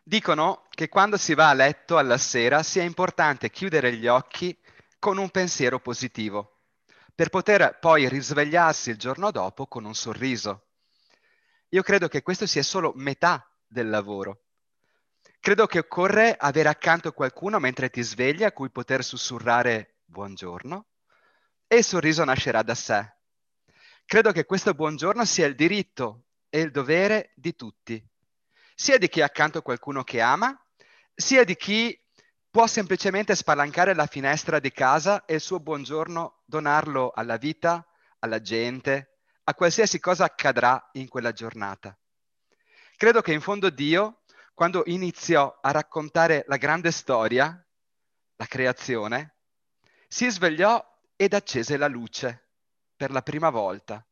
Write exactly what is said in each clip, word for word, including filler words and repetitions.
Dicono che quando si va a letto alla sera sia importante chiudere gli occhi con un pensiero positivo, per poter poi risvegliarsi il giorno dopo con un sorriso. Io credo che questo sia solo metà del lavoro. Credo che occorre avere accanto qualcuno mentre ti svegli a cui poter sussurrare buongiorno e il sorriso nascerà da sé. Credo che questo buongiorno sia il diritto e il dovere di tutti, sia di chi ha accanto qualcuno che ama, sia di chi può semplicemente spalancare la finestra di casa e il suo buongiorno donarlo alla vita, alla gente, a qualsiasi cosa accadrà in quella giornata. Credo che in fondo Dio, quando iniziò a raccontare la grande storia, la creazione, si svegliò ed accese la luce per la prima volta.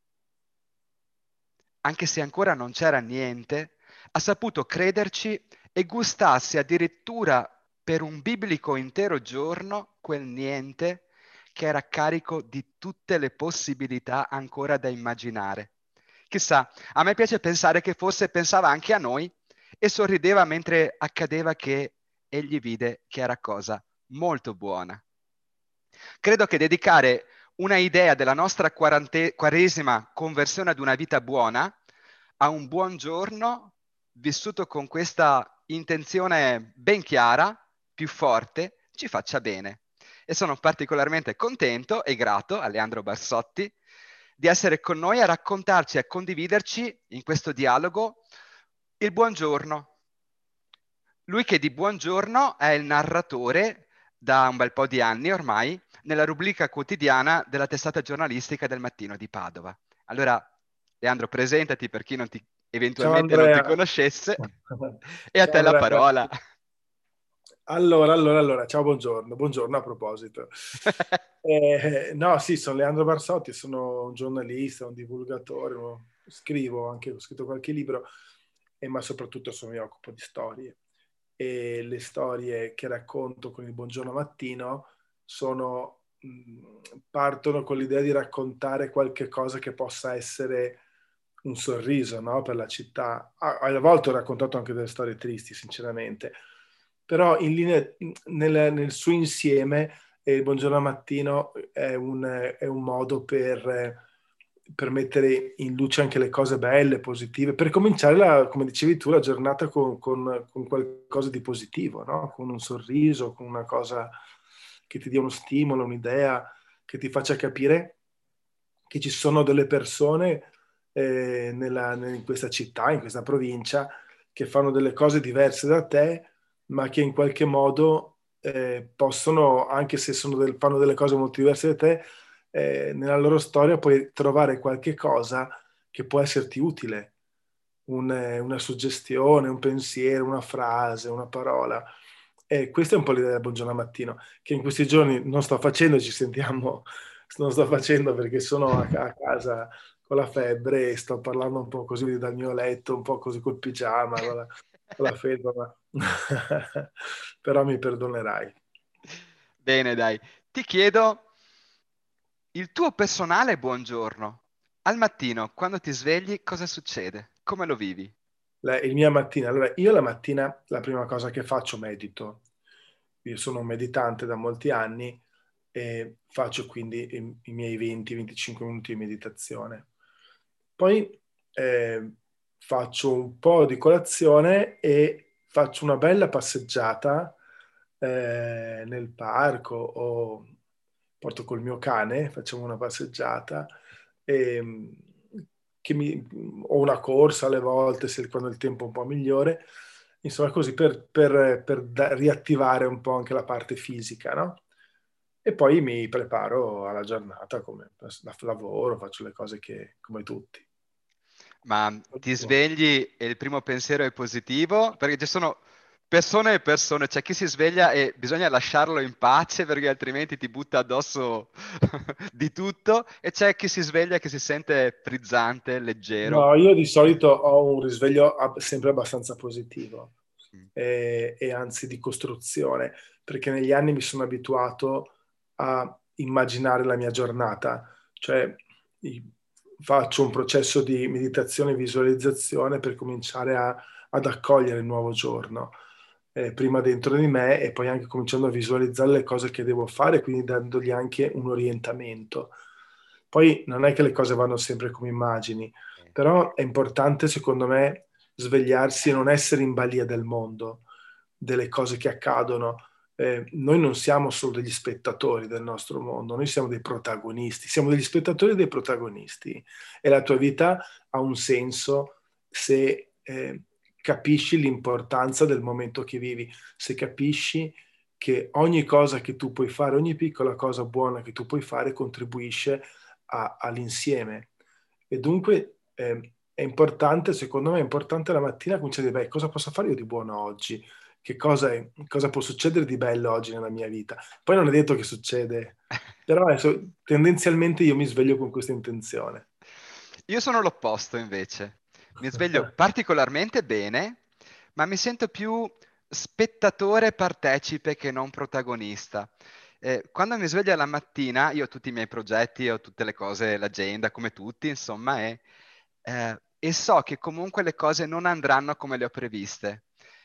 Anche se ancora non c'era niente, ha saputo crederci e gustarsi addirittura per un biblico intero giorno quel niente che era carico di tutte le possibilità ancora da immaginare. Chissà, a me piace pensare che forse pensava anche a noi e sorrideva mentre accadeva che egli vide che era cosa molto buona. Credo che dedicare una idea della nostra quarante- quaresima conversione ad una vita buona a un buon giorno vissuto con questa intenzione ben chiara, più forte, ci faccia bene. E sono particolarmente contento e grato a Leandro Barsotti di essere con noi a raccontarci e a condividerci in questo dialogo il buongiorno. Lui che di buongiorno è il narratore da un bel po' di anni ormai nella rubrica quotidiana della testata giornalistica del Mattino di Padova. Allora, Leandro, presentati per chi non ti, Ciao eventualmente non ti Andrea. conoscesse e a Ciao te la Andrea, parola. grazie. Allora, allora, allora, ciao, buongiorno, buongiorno a proposito. Eh, no, sì, sono Leandro Barsotti, sono un giornalista, un divulgatore, uno- scrivo anche, ho scritto qualche libro, e, ma soprattutto sono, mi occupo di storie. E le storie che racconto con il Buongiorno Mattino sono, mh, partono con l'idea di raccontare qualche cosa che possa essere un sorriso, no? Per la città. A, a volte ho raccontato anche delle storie tristi, sinceramente, però in linea, nel, nel suo insieme eh, il Buongiorno Mattino è un, è un modo per, eh, per mettere in luce anche le cose belle, positive, per cominciare, la, come dicevi tu, la giornata con, con- con qualcosa di positivo, no? Con un sorriso, con una cosa che ti dia uno stimolo, un'idea, che ti faccia capire che ci sono delle persone eh, nella- in questa città, in questa provincia, che fanno delle cose diverse da te, ma che in qualche modo eh, possono, anche se sono del- fanno delle cose molto diverse da te, eh, nella loro storia puoi trovare qualche cosa che può esserti utile, un- eh, una suggestione, un pensiero, una frase, una parola. E questa è un po' l'idea del Buongiorno Mattino, che in questi giorni non sto facendo, ci sentiamo, non sto facendo perché sono a, a casa con la febbre e sto parlando un po' così dal mio letto, un po' così col pigiama, con la, con la febbre, ma- però mi perdonerai. Bene, dai. Ti chiedo il tuo personale buongiorno. Al mattino, quando ti svegli, cosa succede? Come lo vivi? La, il mia mattina, allora io la mattina la prima cosa che faccio medito. Io sono un meditante da molti anni e faccio quindi i, i miei venti venticinque minuti di meditazione. Poi eh, faccio un po' di colazione e faccio una bella passeggiata eh, nel parco o porto col mio cane, facciamo una passeggiata e, che mi, o una corsa alle volte se, quando il tempo è un po' migliore, insomma così per, per- per da- riattivare un po' anche la parte fisica, no? E poi mi preparo alla giornata come lavoro, faccio le cose che, come tutti. Ma ti svegli e il primo pensiero è positivo? Perché ci sono persone e persone, c'è chi si sveglia e bisogna lasciarlo in pace perché altrimenti ti butta addosso di tutto, e c'è chi si sveglia che si sente frizzante, leggero. No, io di solito ho un risveglio ab- sempre abbastanza positivo Mm. e, e anzi di costruzione, perché negli anni mi sono abituato a immaginare la mia giornata, cioè i- faccio un processo di meditazione e visualizzazione per cominciare a, ad accogliere il nuovo giorno, eh, prima dentro di me e poi anche cominciando a visualizzare le cose che devo fare, quindi dandogli anche un orientamento. Poi non è che le cose vanno sempre come immagini, però è importante secondo me svegliarsi e non essere in balia del mondo, delle cose che accadono. Eh, noi non siamo solo degli spettatori del nostro mondo, noi siamo dei protagonisti, siamo degli spettatori e dei protagonisti e la tua vita ha un senso se eh, capisci l'importanza del momento che vivi, se capisci che ogni cosa che tu puoi fare, ogni piccola cosa buona che tu puoi fare contribuisce a, all'insieme. E dunque eh, è importante, secondo me è importante la mattina cominciare a dire, beh, cosa posso fare io di buono oggi? Che cosa, è, cosa può succedere di bello oggi nella mia vita? Poi non è detto che succede, però adesso, tendenzialmente io mi sveglio con questa intenzione. Io sono l'opposto invece. Mi sveglio particolarmente bene, ma mi sento più spettatore partecipe che non protagonista. Eh, quando mi sveglio la mattina, io ho tutti i miei progetti, ho tutte le cose, l'agenda, come tutti, insomma, e, eh, e so che comunque le cose non andranno come le ho previste.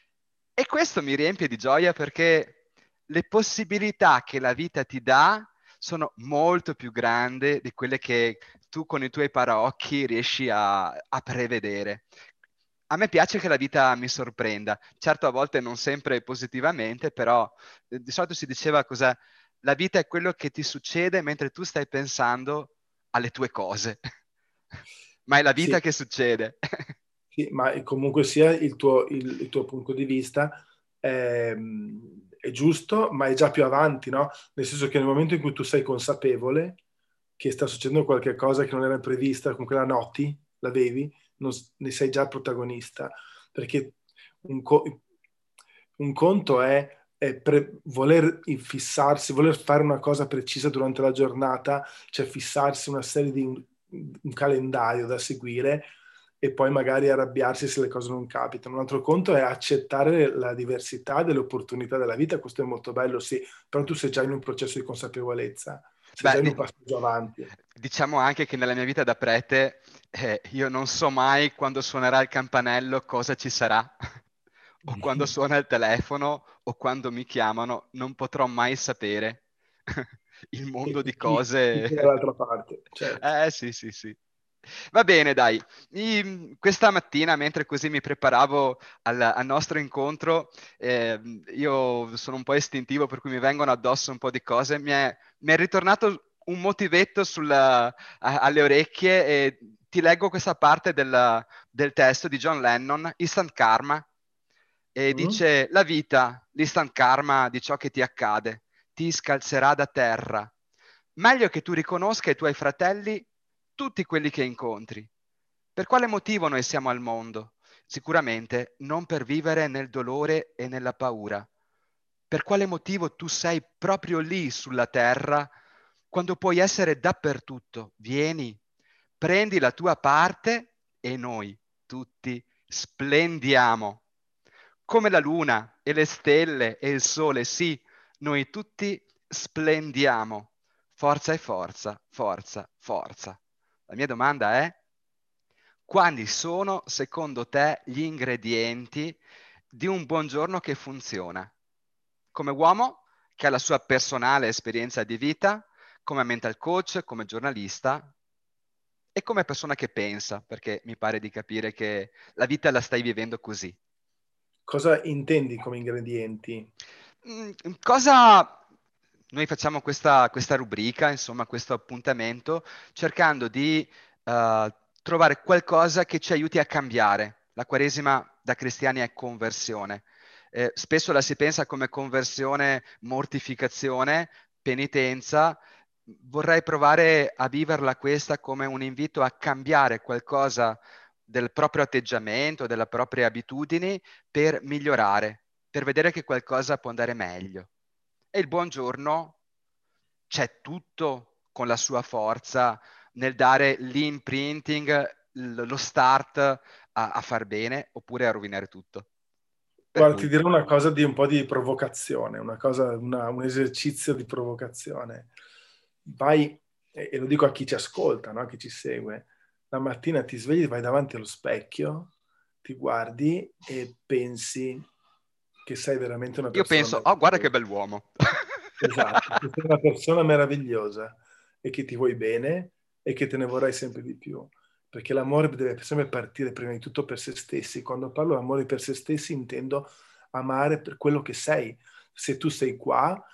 E questo mi riempie di gioia perché le possibilità che la vita ti dà sono molto più grandi di quelle che tu con i tuoi paraocchi riesci a, a prevedere. A me piace che la vita mi sorprenda, certo a volte non sempre positivamente, però eh, di solito si diceva cosa la vita è quello che ti succede mentre tu stai pensando alle tue cose, ma è la vita Sì, che succede. sì, ma comunque sia il tuo, il, il tuo punto di vista è, è giusto, ma è già più avanti, no? Nel senso che nel momento in cui tu sei consapevole che sta succedendo qualche cosa che non era prevista, comunque la noti, la bevi, non, ne sei già protagonista. Perché un, co- un conto è, è pre- voler fissarsi, voler fare una cosa precisa durante la giornata, cioè fissarsi una serie di un, un calendario da seguire e poi magari arrabbiarsi se le cose non capitano. Un altro conto è accettare la diversità delle opportunità della vita, questo è molto bello, sì, però tu sei già in un processo di consapevolezza, sei già Beh, in un di- passaggio avanti. diciamo anche che nella mia vita da prete eh, io non so mai quando suonerà il campanello cosa ci sarà, o quando suona il telefono, o quando mi chiamano, non potrò mai sapere il E mondo di chi, chi cose. c'è dall'altra parte, certo. Eh sì, sì, sì. Va bene, dai. I- questa mattina, mentre così mi preparavo al, al nostro incontro, eh, io sono un po' istintivo, per cui mi vengono addosso un po' di cose. Mi è, mi è ritornato un motivetto sulla- a- alle orecchie e ti leggo questa parte del, del testo di John Lennon, Instant Karma, e Mm? dice: La vita, l'instant karma di ciò che ti accade, ti scalzerà da terra. Meglio che tu riconosca i tuoi fratelli tutti quelli che incontri. Per quale motivo noi siamo al mondo? Sicuramente non per vivere nel dolore e nella paura. Per quale motivo tu sei proprio lì sulla terra quando puoi essere dappertutto? Vieni, prendi la tua parte e noi tutti splendiamo. Come la luna e le stelle e il sole, sì, noi tutti splendiamo. Forza e forza, forza, forza. La mia domanda è: quali sono, secondo te, gli ingredienti di un buongiorno che funziona? Come uomo che ha la sua personale esperienza di vita, come mental coach, come giornalista e come persona che pensa, perché mi pare di capire che la vita la stai vivendo così. Cosa intendi come ingredienti? Mm, Cosa... Noi facciamo questa, questa rubrica, insomma, questo appuntamento, cercando di eh, trovare qualcosa che ci aiuti a cambiare. La Quaresima da cristiani è conversione. Eh, spesso la si pensa come conversione, mortificazione, penitenza. Vorrei provare a viverla questa come un invito a cambiare qualcosa del proprio atteggiamento, delle proprie abitudini per migliorare, per vedere che qualcosa può andare meglio. E il buongiorno c'è tutto con la sua forza nel dare l'imprinting, l- lo start a, a far bene oppure a rovinare tutto. Per Guarda, ti cui, dirò una cosa di un po' di provocazione, una cosa, una- un esercizio di provocazione. Vai, e e lo dico a chi ci ascolta, no? A chi ci segue, la mattina ti svegli, vai davanti allo specchio, ti guardi e pensi che sei veramente una Io persona penso, oh, guarda che meravigliosa. bell'uomo. Esatto, che sei una persona meravigliosa e che ti vuoi bene e che te ne vorrai sempre di più. Perché l'amore deve sempre partire prima di tutto per se stessi. Quando parlo di amore per se stessi intendo amare per quello che sei. Se tu sei qua,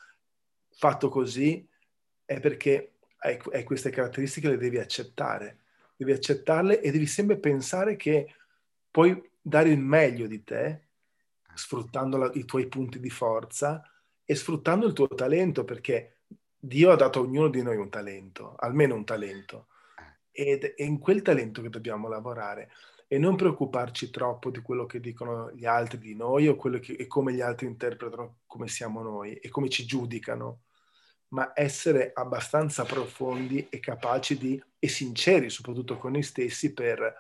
fatto così, è perché hai, hai queste caratteristiche, le devi accettare. Devi accettarle e devi sempre pensare che puoi dare il meglio di te, sfruttando la, i tuoi punti di forza e sfruttando il tuo talento, perché Dio ha dato a ognuno di noi un talento, almeno un talento. Ed è in quel talento che dobbiamo lavorare e non preoccuparci troppo di quello che dicono gli altri di noi o quello che, e come gli altri interpretano come siamo noi e come ci giudicano, ma essere abbastanza profondi e capaci di, e sinceri soprattutto con noi stessi, per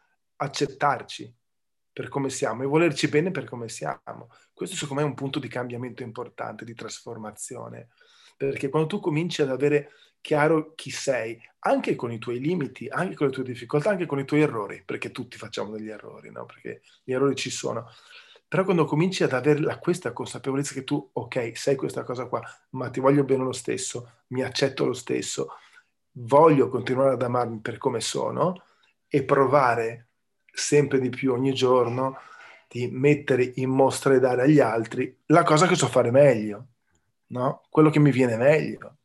accettarci per come siamo e volerci bene per come siamo. Questo secondo me è un punto di cambiamento importante, di trasformazione, perché quando tu cominci ad avere chiaro chi sei, anche con i tuoi limiti, anche con le tue difficoltà, anche con i tuoi errori, perché tutti facciamo degli errori, no? Perché gli errori ci sono. Però quando cominci ad avere la, questa consapevolezza che tu, ok, sei questa cosa qua, ma ti voglio bene lo stesso, mi accetto lo stesso, voglio continuare ad amarmi per come sono e provare sempre di più ogni giorno di mettere in mostra e dare agli altri la cosa che so fare meglio, no? Quello che mi viene meglio.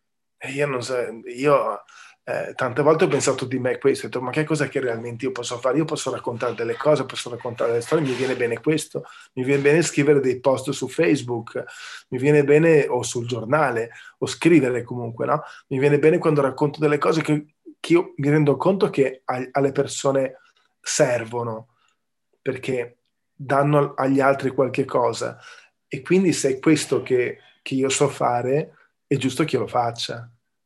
E io non so, io eh, tante volte ho pensato di me questo, ho detto, ma che cosa che realmente io posso fare? Io posso raccontare delle cose, posso raccontare delle storie, mi viene bene questo, mi viene bene scrivere dei post su Facebook, mi viene bene, o sul giornale, o scrivere comunque, no? Mi viene bene quando racconto delle cose che, che io mi rendo conto che a, alle persone servono, perché danno agli altri qualche cosa. E quindi se è questo che, che io so fare, è giusto che io lo faccia.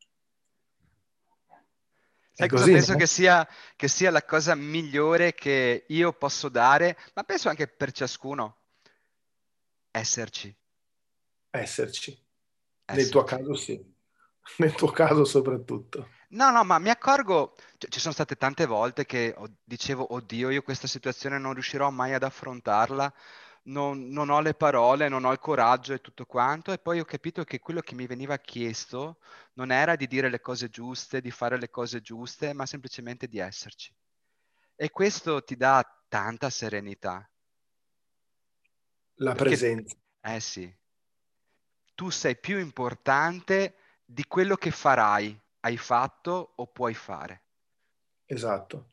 È Sai cosa così, penso no? che sia, che sia la cosa migliore che io posso dare, ma penso anche per ciascuno? Esserci, Esserci. Nel tuo esserci. caso sì. Nel tuo caso soprattutto. No, no, ma mi accorgo, cioè, ci sono state tante volte che ho- dicevo, oddio, io questa situazione non riuscirò mai ad affrontarla, non, non ho le parole, non ho il coraggio e tutto quanto, e poi ho capito che quello che mi veniva chiesto non era di dire le cose giuste, di fare le cose giuste, ma semplicemente di esserci. E questo ti dà tanta serenità, La perché, presenza. eh sì, tu sei più importante di quello che farai, hai fatto o puoi fare. Esatto.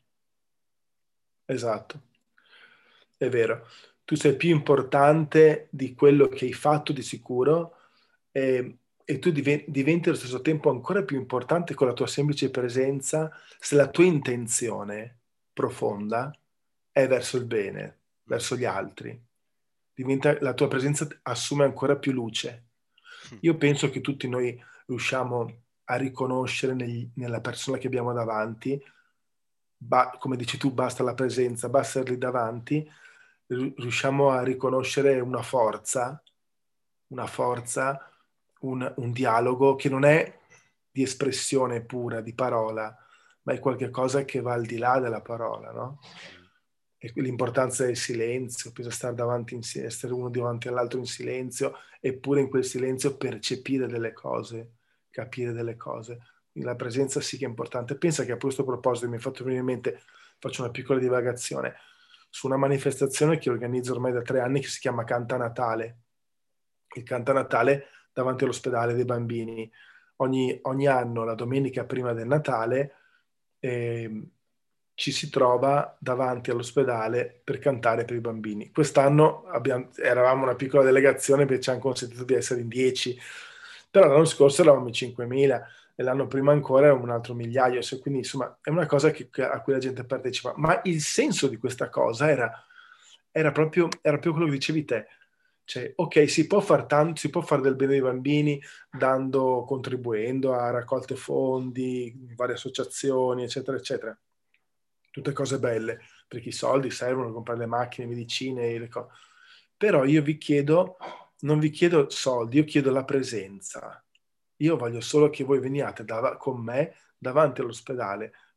Esatto. È vero. Tu sei più importante di quello che hai fatto di sicuro e, e tu diven- diventi allo stesso tempo ancora più importante con la tua semplice presenza se la tua intenzione profonda è verso il bene, Mm. verso gli altri. Diventa, la tua presenza assume ancora più luce. Mm. Io penso che tutti noi riusciamo a riconoscere negli- nella persona che abbiamo davanti, ba- come dici tu, basta la presenza, basta lì davanti, ri- riusciamo a riconoscere una forza, una forza, un, un dialogo che non è di espressione pura, di parola, ma è qualcosa che va al di là della parola, no? Mm. E l'importanza del silenzio, bisogna stare davanti, in, si- essere uno davanti all'altro in silenzio, eppure in quel silenzio percepire delle cose, capire delle cose. Quindi la presenza sì che è importante. Pensa che a questo proposito mi è fatto venire in mente, faccio una piccola divagazione, su una manifestazione che organizzo ormai da tre anni che si chiama Canta Natale. Il Canta Natale davanti all'ospedale dei bambini. Ogni, ogni anno, la domenica prima del Natale, ehm, ci si trova davanti all'ospedale per cantare per i bambini. Quest'anno abbiamo, eravamo una piccola delegazione perché ci hanno consentito di essere in dieci, però l'anno scorso eravamo in cinquemila e l'anno prima ancora era un altro migliaio, quindi insomma è una cosa che, a cui la gente partecipa. Ma il senso di questa cosa era, era proprio, era proprio quello che dicevi te. Cioè, ok, si può far tanto, si può fare del bene ai bambini dando, contribuendo a raccolte fondi, varie associazioni, eccetera, eccetera. Tutte cose belle, perché i soldi servono per comprare le macchine, le medicine, le cose. Però io vi chiedo, non vi chiedo soldi, io chiedo la presenza. Io voglio solo che voi veniate dav- con me davanti all'ospedale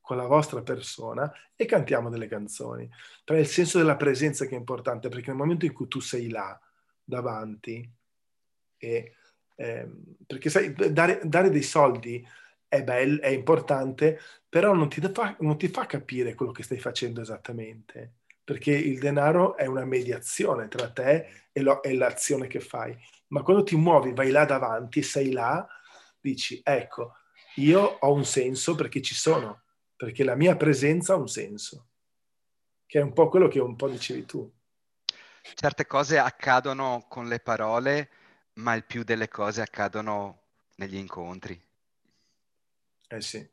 con la vostra persona e cantiamo delle canzoni. Però è il senso della presenza che è importante, perché nel momento in cui tu sei là, davanti, e, ehm, perché sai, dare, dare dei soldi è bello, è importante, però non ti fa, non ti fa capire quello che stai facendo esattamente, perché il denaro è una mediazione tra te e, lo, e l'azione che fai. Ma quando ti muovi, vai là davanti, sei là, dici, ecco, io ho un senso perché ci sono, perché la mia presenza ha un senso, che è un po' quello che un po' dicevi tu. Certe cose accadono con le parole, ma il più delle cose accadono negli incontri. Eh sì.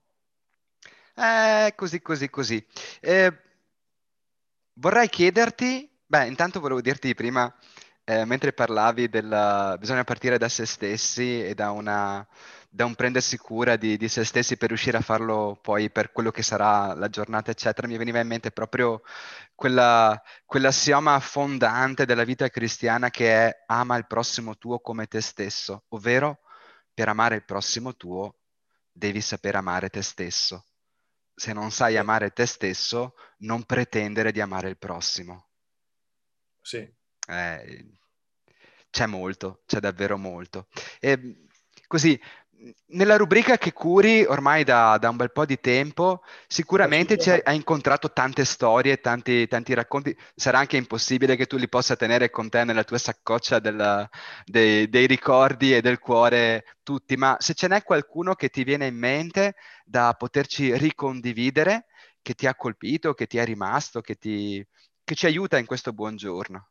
Eh, così, così, così. Eh, vorrei chiederti, beh, intanto volevo dirti prima, eh, mentre parlavi del bisogna partire da se stessi e da una, da un prendersi cura di, di se stessi per riuscire a farlo poi per quello che sarà la giornata, eccetera, mi veniva in mente proprio quella, quell'assioma fondante della vita cristiana che è ama il prossimo tuo come te stesso, ovvero per amare il prossimo tuo devi saper amare te stesso. Se non sai Sì, amare te stesso, non pretendere di amare il prossimo. sì. Eh, c'è molto, c'è davvero molto. E così, nella rubrica che curi ormai da, da un bel po' di tempo, Faccio sicuramente ci hai, già- hai incontrato tante storie, tanti, tanti racconti. Sarà anche impossibile che tu li possa tenere con te nella tua saccoccia della- dei, dei ricordi e del cuore tutti, ma se ce n'è qualcuno che ti viene in mente da poterci ricondividere, che ti ha colpito, che ti è rimasto, che ti, che ci aiuta in questo buongiorno.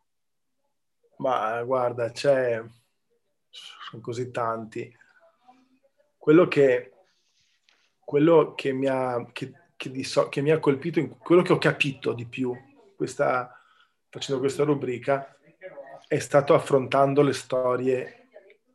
Ma guarda, c'è, sono così tanti. Quello che, quello che mi ha, che, che di so- che mi ha colpito, in- quello che ho capito di più questa, facendo questa rubrica, è stato affrontando le storie,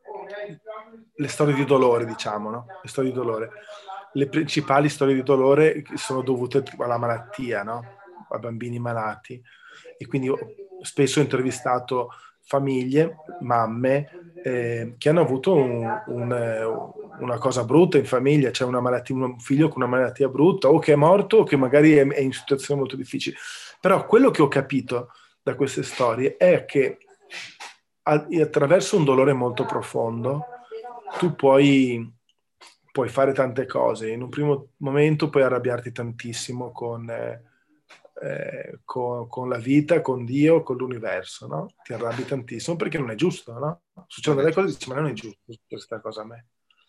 le storie di dolore, diciamo, no? Le storie di dolore. Le principali storie di dolore sono dovute alla malattia, no? A bambini malati. E quindi ho- spesso ho intervistato famiglie, mamme, eh, che hanno avuto un- un, eh, una cosa brutta in famiglia, c'è una malattia, un figlio con una malattia brutta, o che è morto, o che magari è, è in situazioni molto difficili. Però quello che ho capito da queste storie è che a- attraverso un dolore molto profondo tu puoi, puoi fare tante cose. In un primo momento puoi arrabbiarti tantissimo con, eh, eh, con, con la vita, con Dio, con l'universo, no? Ti arrabbi tantissimo perché non è giusto, no? Non Succedono è delle cose e giusto. dici, ma non è giusto questa cosa a me.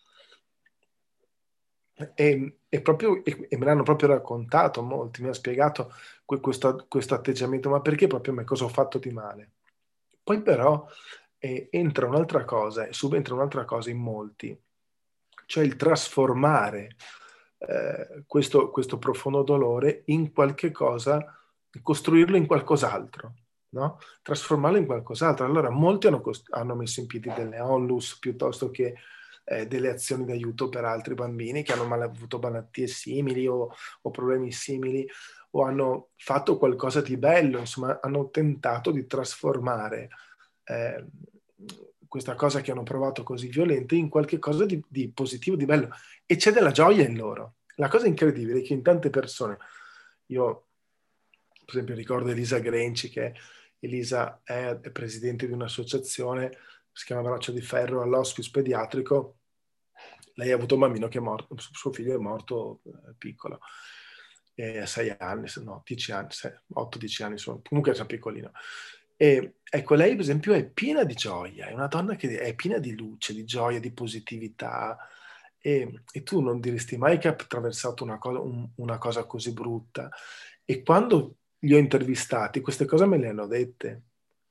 E, e proprio, e, e me l'hanno proprio raccontato molti, mi ha spiegato que- questo, questo atteggiamento, ma perché proprio a me cosa ho fatto di male? Poi però eh, entra un'altra cosa, e subentra un'altra cosa in molti, cioè il trasformare eh, questo, questo profondo dolore in qualche cosa, costruirlo in qualcos'altro, no? Trasformarlo in qualcos'altro. Allora molti hanno, cost- hanno messo in piedi delle onlus piuttosto che eh, delle azioni d'aiuto per altri bambini che hanno mal- avuto malattie simili o, o problemi simili o hanno fatto qualcosa di bello, insomma, hanno tentato di trasformare eh, questa cosa che hanno provato così violenta in qualche cosa di, di positivo, di bello. E c'è della gioia in loro. La cosa incredibile è che in tante persone, io per esempio ricordo Elisa Grenci, che Elisa è, è presidente di un'associazione, si chiama Braccio di Ferro, all'hospice pediatrico. Lei ha avuto un bambino che è morto, suo figlio è morto eh, piccolo, a sei anni, no, dieci anni, otto dieci anni, sono, comunque era piccolino. E ecco, lei per esempio è piena di gioia, è una donna che è piena di luce, di gioia, di positività. E, e tu non diresti mai che ha attraversato una cosa, un, una cosa così brutta. E quando li ho intervistati, queste cose me le hanno dette.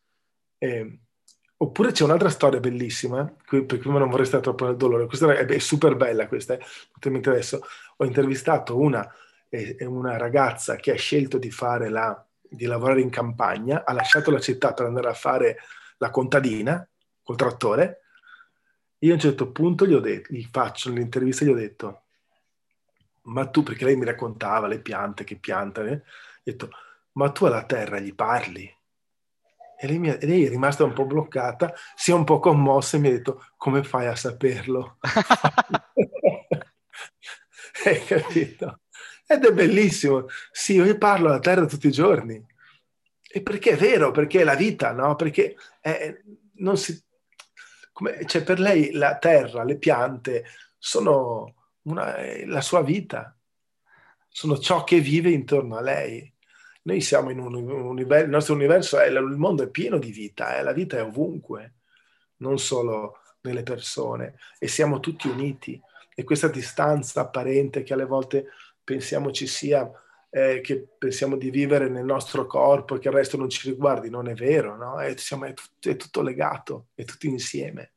E, oppure c'è un'altra storia bellissima, qui- perché prima non vorrei stare troppo nel dolore. Questa è, è super bella, questa. Eh. Ultimamente adesso ho intervistato una, eh, una ragazza che ha scelto di fare la, di lavorare in campagna, ha lasciato la città per andare a fare la contadina col trattore. Io a un certo punto gli ho detto, gli faccio l'intervista, gli ho detto, ma tu, perché lei mi raccontava le piante che pianta, eh? Ho detto, ma tu alla terra gli parli? E lei, mi è, e lei è rimasta un po' bloccata, si è un po' commossa e mi ha detto, come fai a saperlo? Hai capito? Ed è bellissimo. Sì, io parlo alla terra tutti i giorni. E perché è vero, perché è la vita, no? Perché è- non si, come, cioè per lei la terra, le piante sono una- è la sua vita, sono ciò che vive intorno a lei. Noi siamo in un, un universo, il nostro universo, è, il mondo è pieno di vita, eh, la vita è ovunque, non solo nelle persone, e siamo tutti uniti. E questa distanza apparente che alle volte pensiamo ci sia, eh, che pensiamo di vivere nel nostro corpo e che il resto non ci riguardi, non è vero, no? È, siamo- è tut- è tutto legato, è tutto insieme.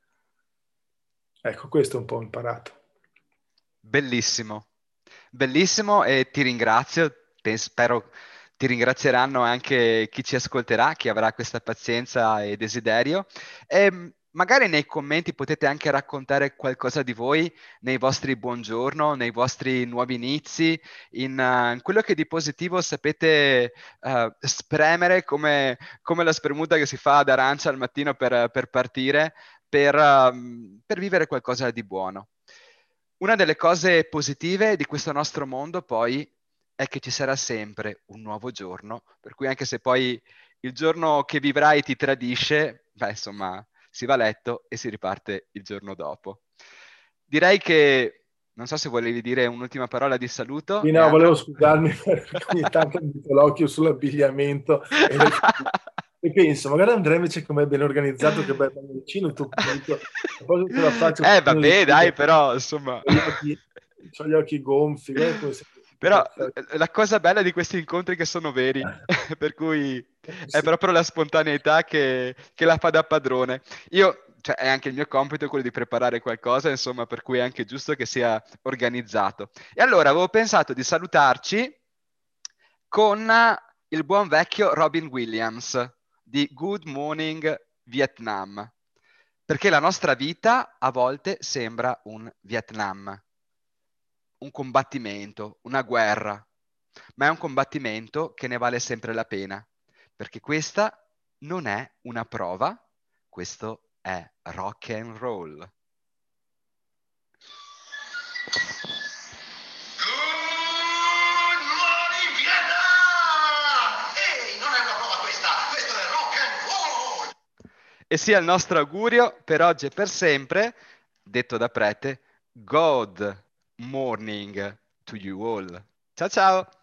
Ecco, questo è un po' ho imparato. Bellissimo, bellissimo e ti ringrazio. Te- spero ti ringrazieranno anche chi ci ascolterà, chi avrà questa pazienza e desiderio. E mh, magari nei commenti potete anche raccontare qualcosa di voi, nei vostri buongiorno, nei vostri nuovi inizi, in, eh, in quello che di positivo sapete eh, spremere come, come la spremuta che si fa d'arancia al mattino per, per partire, per, ehm, per vivere qualcosa di buono. Una delle cose positive di questo nostro mondo, poi, è che ci sarà sempre un nuovo giorno, per cui anche se poi il giorno che vivrai ti tradisce, beh, insomma, si va a letto e si riparte il giorno dopo. Direi che, non so se volevi dire un'ultima parola di saluto, Sì, no, volevo Leandro. scusarmi perché ogni tanto mi metto l'occhio sull'abbigliamento e, le- e penso, magari Andrea invece com'è ben organizzato, che bel vicino, il tuo punto. E poi se la faccio Eh, pieno di vabbè, dai, rido, però, insomma. ho gli occhi, c'ho gli occhi gonfi, guarda come sei tutto Però perfetto. eh, la cosa bella di questi incontri è che sono veri, per cui è Sì. proprio la spontaneità che, che la fa da padrone. Io, cioè, è anche il mio compito quello di preparare qualcosa, insomma, per cui è anche giusto che sia organizzato. E allora avevo pensato di salutarci con il buon vecchio Robin Williams di Good Morning Vietnam, perché la nostra vita a volte sembra un Vietnam, un combattimento, una guerra, ma è un combattimento che ne vale sempre la pena, perché questa non è una prova, questo è rock and roll. Good morning Vietnam! Ehi, non è una prova questa, questo è rock and roll! E sia il nostro augurio per oggi e per sempre, detto da prete, God morning to you all. Ciao ciao!